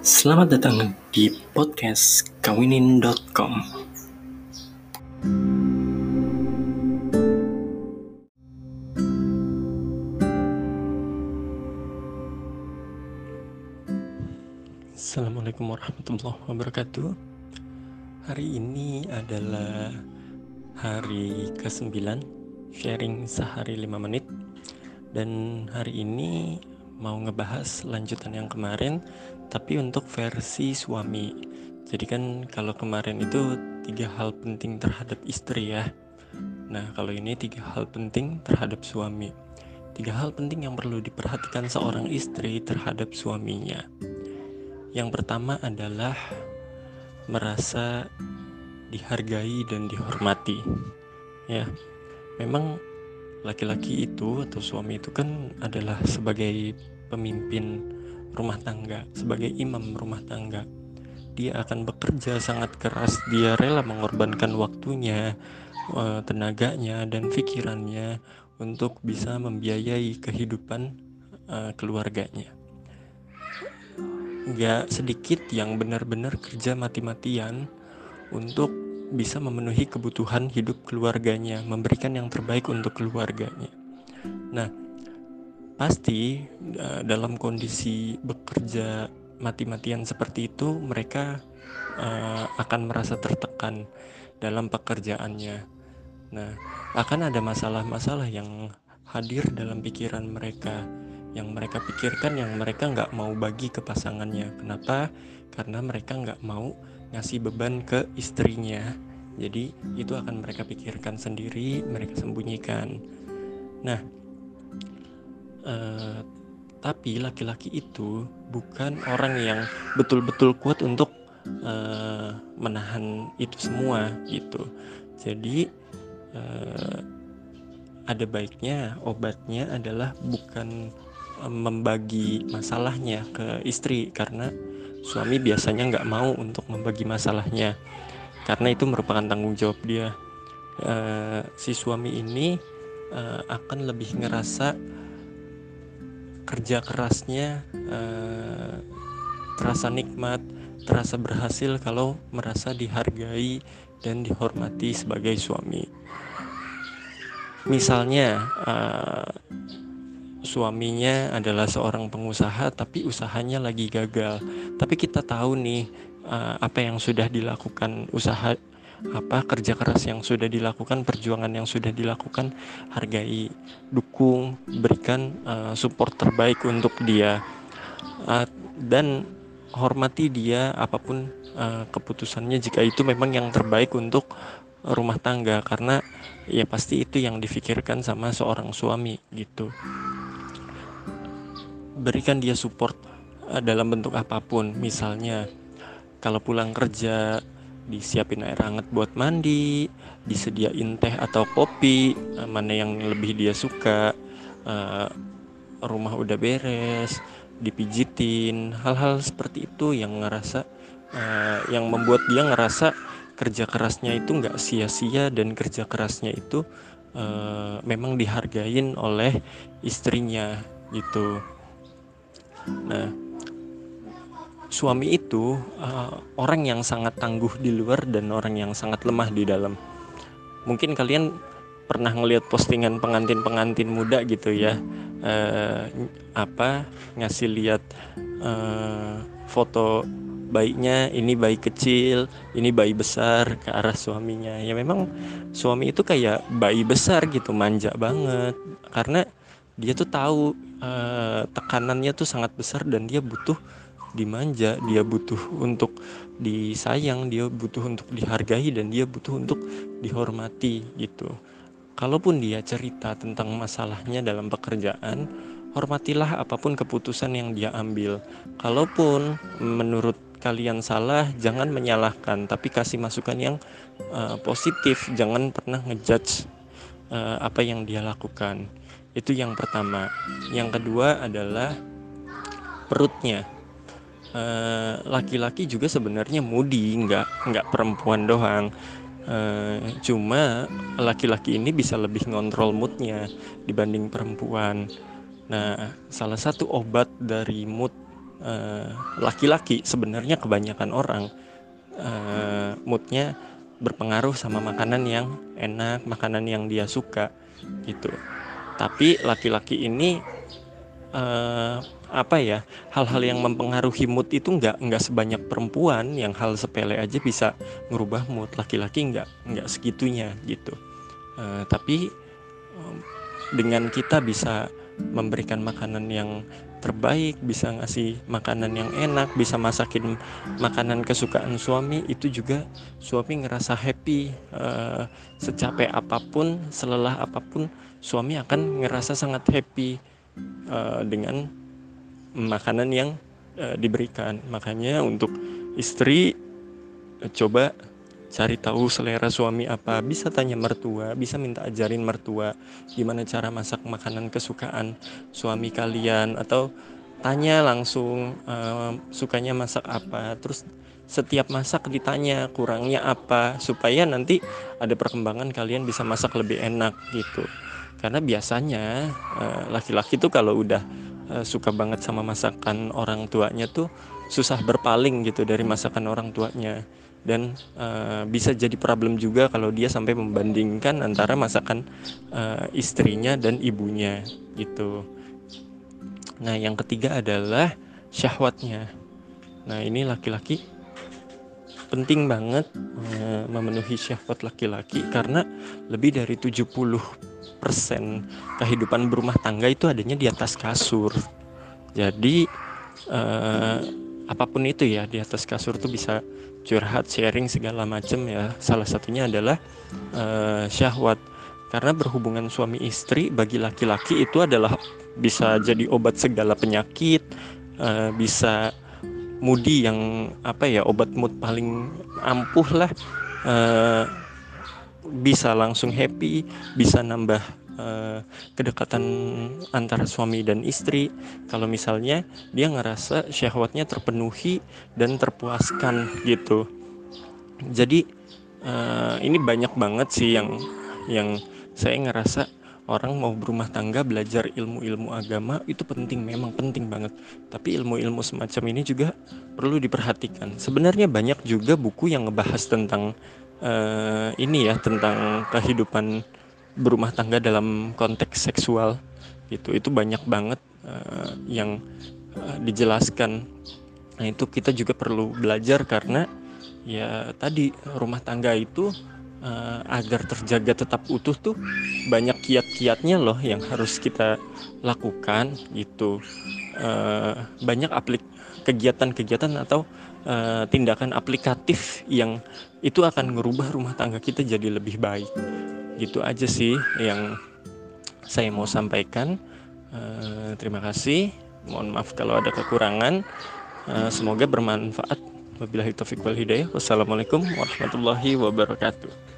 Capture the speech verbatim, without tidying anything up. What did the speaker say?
Selamat datang di podcast kawinin dot com. Assalamualaikum warahmatullahi wabarakatuh. Hari ini adalah hari kesembilan sharing sehari lima menit. Dan hari ini mau ngebahas lanjutan yang kemarin, tapi untuk versi suami. Jadi kan kalau kemarin itu tiga hal penting terhadap istri ya. Nah kalau ini tiga hal penting terhadap suami. Tiga hal penting yang perlu diperhatikan seorang istri terhadap suaminya. Yang pertama adalah merasa dihargai dan dihormati. Ya, memang laki-laki itu atau suami itu kan adalah sebagai pemimpin rumah tangga, sebagai imam rumah tangga. Dia akan bekerja sangat keras, dia rela mengorbankan waktunya, tenaganya, dan pikirannya untuk bisa membiayai kehidupan keluarganya. Gak sedikit yang benar-benar kerja mati-matian untuk bisa memenuhi kebutuhan hidup keluarganya, memberikan yang terbaik untuk keluarganya. Nah, pasti uh, dalam kondisi bekerja mati-matian seperti itu, mereka uh, akan merasa tertekan dalam pekerjaannya. Nah, akan ada masalah-masalah yang hadir dalam pikiran mereka, yang mereka pikirkan, yang mereka nggak mau bagi ke pasangannya. Kenapa? Karena mereka nggak mau ngasih beban ke istrinya. Jadi itu akan mereka pikirkan sendiri, mereka sembunyikan. Nah, eh, tapi laki-laki itu bukan orang yang betul-betul kuat untuk eh, menahan itu semua gitu. Jadi eh, ada baiknya obatnya adalah bukan eh, membagi masalahnya ke istri, karena suami biasanya nggak mau untuk membagi masalahnya, karena itu merupakan tanggung jawab dia. Uh, si suami ini uh, akan lebih ngerasa kerja kerasnya uh, terasa nikmat, terasa berhasil kalau merasa dihargai dan dihormati sebagai suami. Misalnya uh, suaminya adalah seorang pengusaha tapi usahanya lagi gagal, tapi kita tahu nih uh, apa yang sudah dilakukan, usaha apa kerja keras yang sudah dilakukan, perjuangan yang sudah dilakukan, hargai, dukung, berikan uh, support terbaik untuk dia, uh, dan hormati dia apapun uh, keputusannya jika itu memang yang terbaik untuk rumah tangga, karena ya pasti itu yang difikirkan sama seorang suami gitu. Berikan dia support uh, dalam bentuk apapun. Misalnya kalau pulang kerja disiapin air hangat buat mandi, disediain teh atau kopi, uh, mana yang lebih dia suka, uh, rumah udah beres, dipijitin, hal-hal seperti itu yang ngerasa uh, yang membuat dia ngerasa kerja kerasnya itu nggak sia-sia dan kerja kerasnya itu uh, memang dihargain oleh istrinya gitu. Nah, suami itu uh, orang yang sangat tangguh di luar dan orang yang sangat lemah di dalam. Mungkin kalian pernah ngelihat postingan pengantin-pengantin muda gitu ya, uh, apa ngasih lihat uh, foto bayinya, ini bayi kecil, ini bayi besar, ke arah suaminya. Ya memang suami itu kayak bayi besar gitu, manja banget, karena dia tuh tahu uh, tekanannya tuh sangat besar dan dia butuh dimanja, dia butuh untuk disayang, dia butuh untuk dihargai, dan dia butuh untuk dihormati gitu. Kalaupun dia cerita tentang masalahnya dalam pekerjaan, hormatilah apapun keputusan yang dia ambil. Kalaupun menurut kalian salah, jangan menyalahkan, tapi kasih masukan yang uh, positif. Jangan pernah ngejudge uh, apa yang dia lakukan. Itu yang pertama. Yang kedua adalah perutnya. Uh, laki-laki juga sebenarnya moody, nggak nggak perempuan doang. Uh, cuma laki-laki ini bisa lebih ngontrol moodnya dibanding perempuan. Nah, salah satu obat dari mood uh, laki-laki sebenarnya kebanyakan orang uh, moodnya berpengaruh sama makanan yang enak, makanan yang dia suka gitu. Tapi laki-laki ini uh, apa ya, hal-hal yang mempengaruhi mood itu nggak nggak sebanyak perempuan yang hal sepele aja bisa ngerubah mood. Laki-laki nggak nggak segitunya gitu. Uh, tapi um, dengan kita bisa memberikan makanan yang terbaik, bisa ngasih makanan yang enak, bisa masakin makanan kesukaan suami, itu juga suami ngerasa happy. Uh, secapek apapun, selelah apapun, suami akan ngerasa sangat happy uh, dengan makanan yang uh, diberikan. Makanya untuk istri, uh, coba cari tahu selera suami apa, bisa tanya mertua, bisa minta ajarin mertua gimana cara masak makanan kesukaan suami kalian, atau tanya langsung uh, sukanya masak apa, terus setiap masak ditanya kurangnya apa, supaya nanti ada perkembangan kalian bisa masak lebih enak gitu. Karena biasanya uh, laki-laki tuh kalau udah uh, suka banget sama masakan orang tuanya tuh susah berpaling gitu dari masakan orang tuanya. Dan uh, bisa jadi problem juga kalau dia sampai membandingkan antara masakan uh, istrinya dan ibunya gitu. Nah, yang ketiga adalah syahwatnya. Nah, ini laki-laki penting banget uh, memenuhi syahwat laki-laki, karena lebih dari tujuh puluh persen kehidupan berumah tangga itu adanya di atas kasur. Jadi uh, apapun itu ya, di atas kasur tuh bisa curhat, sharing segala macam ya. Salah satunya adalah uh, syahwat. Karena berhubungan suami istri bagi laki-laki itu adalah bisa jadi obat segala penyakit, uh, bisa moody yang apa ya, obat mood paling ampuh lah, uh, bisa langsung happy, bisa nambah Uh, kedekatan antara suami dan istri kalau misalnya dia ngerasa syahwatnya terpenuhi dan terpuaskan gitu. Jadi uh, ini banyak banget sih yang yang saya ngerasa orang mau berumah tangga belajar ilmu-ilmu agama itu penting, memang penting banget. Tapi ilmu-ilmu semacam ini juga perlu diperhatikan. Sebenarnya banyak juga buku yang ngebahas tentang uh, ini ya, tentang kehidupan berumah tangga dalam konteks seksual gitu. Itu banyak banget uh, yang uh, dijelaskan. Nah, itu kita juga perlu belajar, karena ya tadi rumah tangga itu uh, agar terjaga tetap utuh tuh banyak kiat-kiatnya loh yang harus kita lakukan gitu. Uh, banyak aplik kegiatan-kegiatan atau uh, tindakan aplikatif yang itu akan merubah rumah tangga kita jadi lebih baik. Gitu aja sih yang saya mau sampaikan. Uh, terima kasih. Mohon maaf kalau ada kekurangan. Uh, semoga bermanfaat. Wabillahi taufiq wal hidayah. Wassalamualaikum warahmatullahi wabarakatuh.